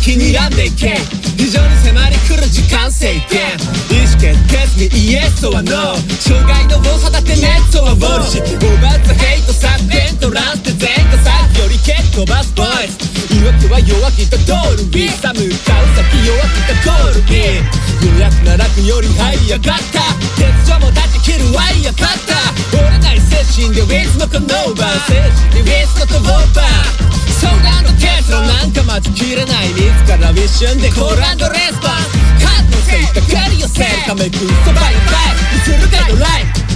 気に病んでいけ。非常に迫り来る時間制限。意思決定ずにイエスとはノー。障害のを育てネットはウォルシー。オーバーズヘイトサブエントランスで前科さっきより蹴っ飛ばすボイス。言い訳は弱気とドルビー。さ向かう先弱気とゴールイン。予約な楽より這い上がった。鉄条も断ち切るワイヤーカッター。折れない精神でウィズのコノーバー。精神でウィズのトボーバー。相談と結論なんか待ちきれない。自ら一瞬でコール&レスポンス。カードのせいかかり寄せるためくそばいっぱい見せるガイドライン。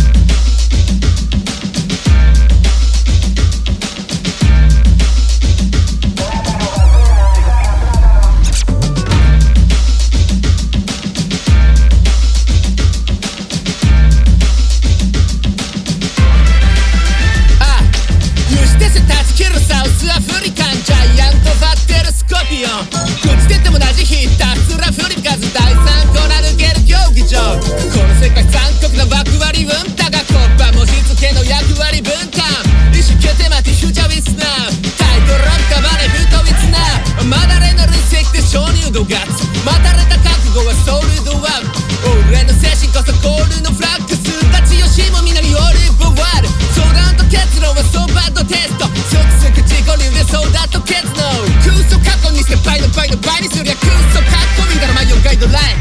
打ち出ても同じヒッタースラフリカズ第3コーナー抜ける競技場。この世界残酷な枠割り分だがコッパ文字付けの役割分担。意思決定までフューチャーウィスナー。タイトルロンカバレフートウィスナー。まだれの累積で鍾乳洞ガッツ。待たれた覚悟はソウルドワン。俺の精神こそコールのフラッグス。立ちよしもみなりオリーブワール。相談と結論はソーバードテスト。即すぐ自己流でそうだと結論。空想過去にして倍の倍にすりゃ空想かっこいいだろ迷うガイドライン。